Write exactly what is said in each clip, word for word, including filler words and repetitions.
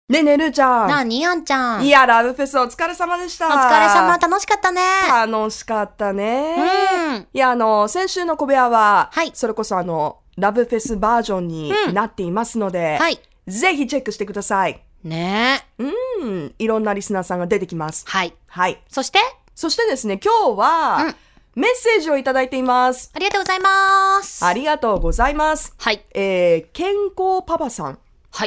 ねえねえるーちゃん。 なあにあんちゃん。 いや、ラブフェスお疲れ様でした。 お疲れ様、楽しかったね。 楽しかったね。 うん。 いや、あの、先週の小部屋は、 はい。 それこそあの、ラブフェスバージョンになっていますので、 うん、はい。 ぜひチェックしてください。 ねえ。うん。いろんなリスナーさんが出てきます。 はい。 はい。 そしてそしてですね、今日は、うんメッセージをいただいています。 ありがとうございます。 ありがとうございます。 はい。 えー、健康パパさん。 はい。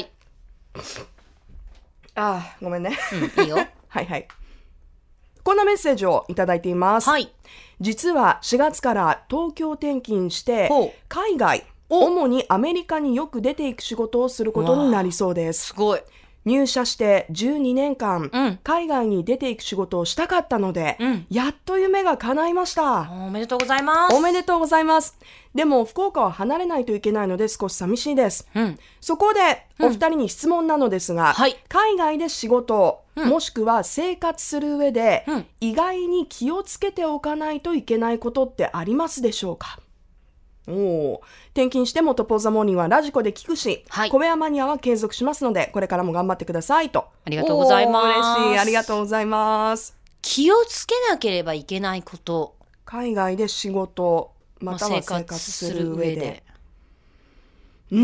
あー、ごめんね。 うん、いいよ。 はいはい。こんなメッセージをいただいています。 はい。 実はしがつから東京転勤して、海外、主にアメリカによく出ていく仕事をすることになりそうです。 すごい。 入社してじゅうにねんかん、 うん、 海外に出ていく仕事をしたかったので、 うん、 やっと夢が叶いました。 おめでとうございます。 おめでとうございます。でも福岡は離れないといけないので少し寂しいです。 うん、 そこでお二人に質問なのですが、うんはい、海外で仕事、うん、もしくは生活する上で、うん、意外に気をつけておかないといけないことってありますでしょうか？お転勤してもトポザモーニングはラジコで聞くし、はい、小部屋マニアは継続しますのでこれからも頑張ってくださいと。 ありがとうございます。 嬉しい、ありがとうございます。 気をつけなければいけないこと、 海外で仕事または生活する上で、 うー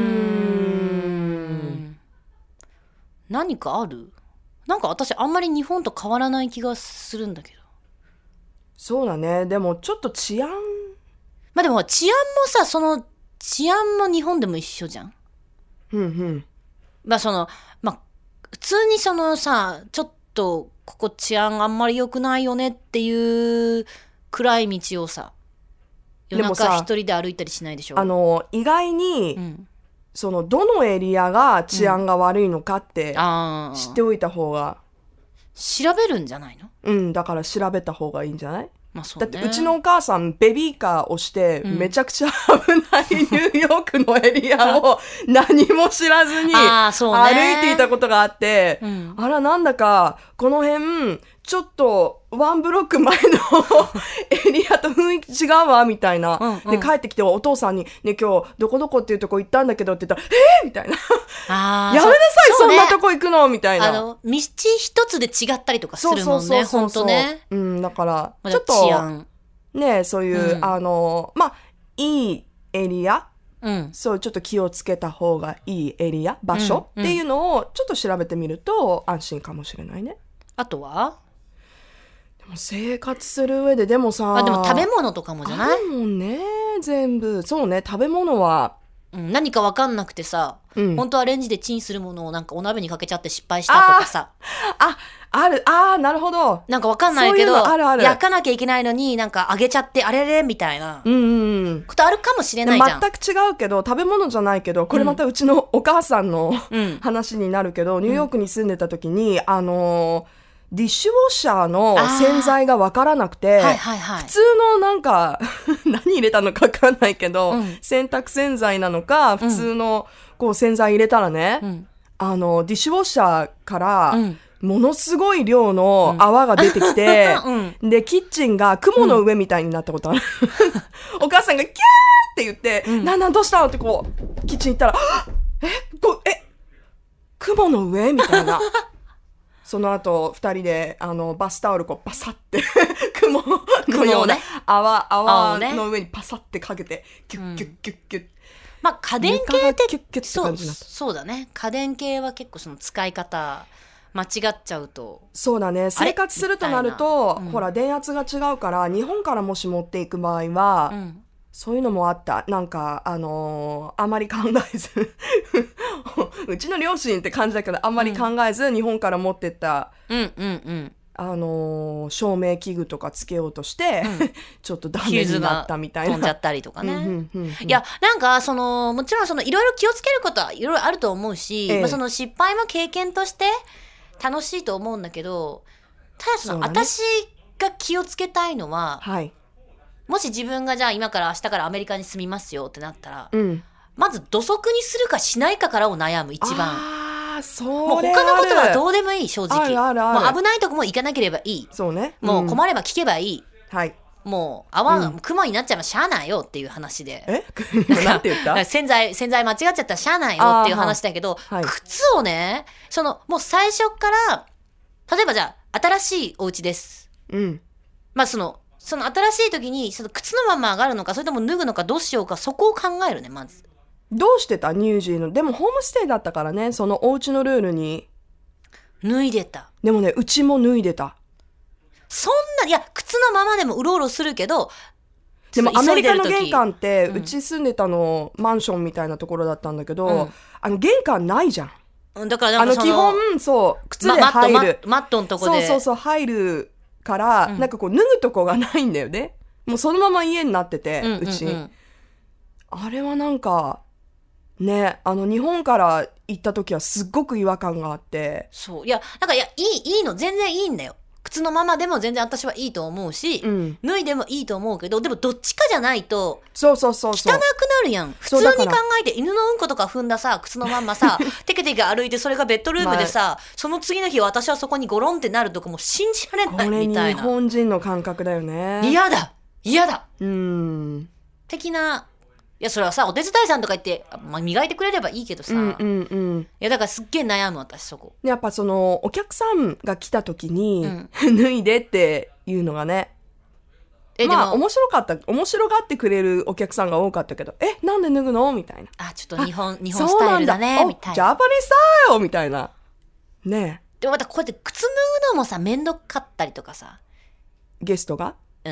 ん何かある？なんか私あんまり日本と変わらない気がするんだけど。 そうだね。でもちょっと治安まあでも治安もさ、その治安も日本でも一緒じゃん。 うんうん。 まあそのまあ普通にそのさ、ちょっとここ治安あんまり良くないよねっていう暗い道をさ、夜中一人で歩いたりしないでしょ。 あの意外に、うん、そのどのエリアが治安が悪いのかって知っておいた方が、 うん、調べるんじゃないの？ うん、だから調べた方がいいんじゃない？ まあそうね、 だってうちのお母さんベビーカーをして、うん、めちゃくちゃ危ないニューヨークのエリアを何も知らずに歩いていたことがあって、あ、ねうん、あらなんだかこの辺ちょっとワンブロック前のエリアと雰囲気違うわみたいな、うんうん、で帰ってきてお父さんに、ね、今日どこどこっていうとこ行ったんだけどって言ったらえー、みたいなあやめなさい そ, そんなとこ行くのみたいな。 あの道一つで違ったりとかするもんね。本当ね、 うん、だからちょっとねそういう、うん、あのまあいいエリア、うん、そうちょっと気をつけた方がいいエリア場所、うんうん、っていうのをちょっと調べてみると安心かもしれないね。 あとはでも生活する上ででもさあでも食べ物とかもじゃない？ あるもんね全部。そうね食べ物は、 うん、何か分かんなくてさ、うん、本当はレンジでチンするものをなんかお鍋にかけちゃって失敗したとかさああるあなるほど。 なんか分かんないけどそういうのあるある焼かなきゃいけないのになんか揚げちゃってあれれみたいな、 うんうん、 ことあるかもしれないじゃん。 全く違うけど食べ物じゃないけどこれまたうちのお母さんの、うん、話になるけどニューヨークに住んでた時に、うん、あのーディッシュウォッシャーの洗剤が分からなくて、はいはいはい、普通のなんか何入れたのか分かんないけど、うん、洗濯洗剤なのか普通のこう洗剤入れたらね、うん、あのディッシュウォッシャーからものすごい量の泡が出てきて、うん、でキッチンが雲の上みたいになったことある、うん、お母さんがキャーって言って、うん、なんなんどうしたのってこうキッチン行ったらえこえ雲の上みたいなその後二人であのバスタオルこうバサって雲のような泡、泡の上にパサってかけてキュッキュッキュッキュッ、うん、 まあ家電系ってキュッキュッって感じになった。 そう、そうだね家電系は結構その使い方間違っちゃうとそうだね生活するとなると、うん、ほら電圧が違うから日本からもし持っていく場合は、うんそういうのもあった。なんか、あのー、あまり考えずうちの両親って感じだけどあんまり考えず、うん、日本から持ってった、 うんうんうんあのー、照明器具とかつけようとして、うん、ちょっとダメになったみたいな。 飛んじゃったりとかね、 うんうんうんうん、いやなんかそのもちろんそのいろいろ気をつけることはいろいろあると思うし、ええまあ、その失敗も経験として楽しいと思うんだけどただその、ね、私が気をつけたいのは、はいもし自分がじゃあ今から明日からアメリカに住みますよってなったら、うん、まず土足にするかしないかからを悩む一番。 あーそれもう他のことはどうでもいい正直。 あるあるあるもう危ないとこも行かなければいい。 そうね、 もう困れば聞けばいい、 うん、はいもう泡が雲になっちゃえばしゃあないよっていう話で、 えなんて言った洗剤洗剤間違っちゃったらしゃあないよっていう話だけど、はい、靴をねそのもう最初から例えばじゃあ新しいお家です、うん、まあそのその新しい時にその靴のまま上がるのかそれとも脱ぐのかどうしようかそこを考えるねまず。 どうしてたニュージーのでもホームステイだったからねそのお家のルールに脱いでた。 でもねうちも脱いでた。 そんないや靴のままでもうろうろするけどでもアメリカの玄関ってうち住んでたの、うん、マンションみたいなところだったんだけど、うん、あの玄関ないじゃん。 だからあの基本そう靴で入る、 ま、マ, マットのとこでそうそうそう入るから、うん、なんかこう脱ぐとこがないんだよね。もうそのまま家になってて、うんうんうん、うちあれはなんかねあの日本から行った時はすっごく違和感があって。 そういやなんかいやいいいいの全然いいんだよ。靴のままでも全然私はいいと思うし、うん、脱いでもいいと思うけどでもどっちかじゃないとそうそうそうそう汚くなるやん。普通に考えて犬のうんことか踏んださ靴のまんまさテケテケ歩いてそれがベッドルームでさ、まあ、その次の日私はそこにゴロンってなるとかもう信じられないみたいな。 これ日本人の感覚だよね。 嫌だ嫌だうん的ないやそれはさお手伝いさんとか言って、まあ、磨いてくれればいいけどさ、うんうんうん、いやだからすっげえ悩む私そこ。 やっぱそのお客さんが来た時に、うん、脱いでっていうのがねえまあでも面白かった面白がってくれるお客さんが多かったけどえなんで脱ぐのみたいな。 あちょっと日本日本スタイルだねみたいな。 ジャパニースタイルみたいなね。 でもまたこうやって靴脱ぐのもさめんどかったりとかさゲストがうん、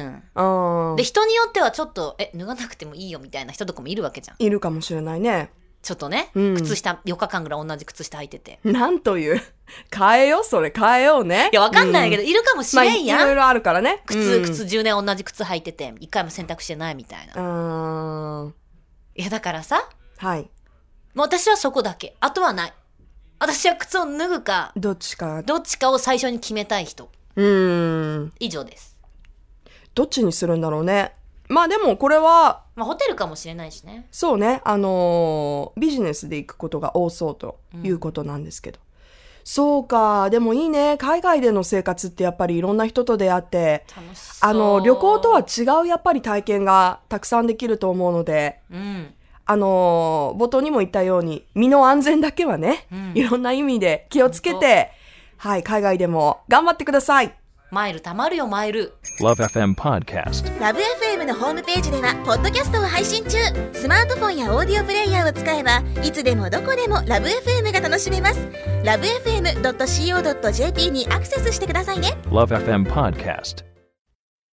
で人によってはちょっとえ脱がなくてもいいよみたいな人とかもいるわけじゃん。 いるかもしれないね。 ちょっとね、うん、靴下よっかかんぐらい同じ靴下履いててなんという変えようそれ変えようね。 いやわかんないけど、うん、いるかもしれんやん、 まあ、いろいろあるからね靴、うん、靴じゅうねん同じ靴履いてて一回も洗濯してないみたいな。うんいやだからさはいもう私はそこだけあとはない。私は靴を脱ぐかどっちかどっちかを最初に決めたい人うん以上です。 どっちにするんだろうね。まあでもこれはまあホテルかもしれないしね。 そうねあのー、ビジネスで行くことが多そうということなんですけど、うん、そうかでもいいね海外での生活ってやっぱりいろんな人と出会って楽しそう。 あの旅行とは違うやっぱり体験がたくさんできると思うので、うん、あのー、冒頭にも言ったように身の安全だけはね、うん、いろんな意味で気をつけて、はい海外でも頑張ってください。 マイルたまるよマイル。 ラブエフエム Podcast ラブ エフエム のホームページではポッドキャストを配信中。スマートフォンやオーディオプレイヤーを使えばいつでもどこでもラブ エフエム が楽しめます。 ラブエフエムドットシーオードットジェーピー にアクセスしてくださいね。 ラブエフエム Podcast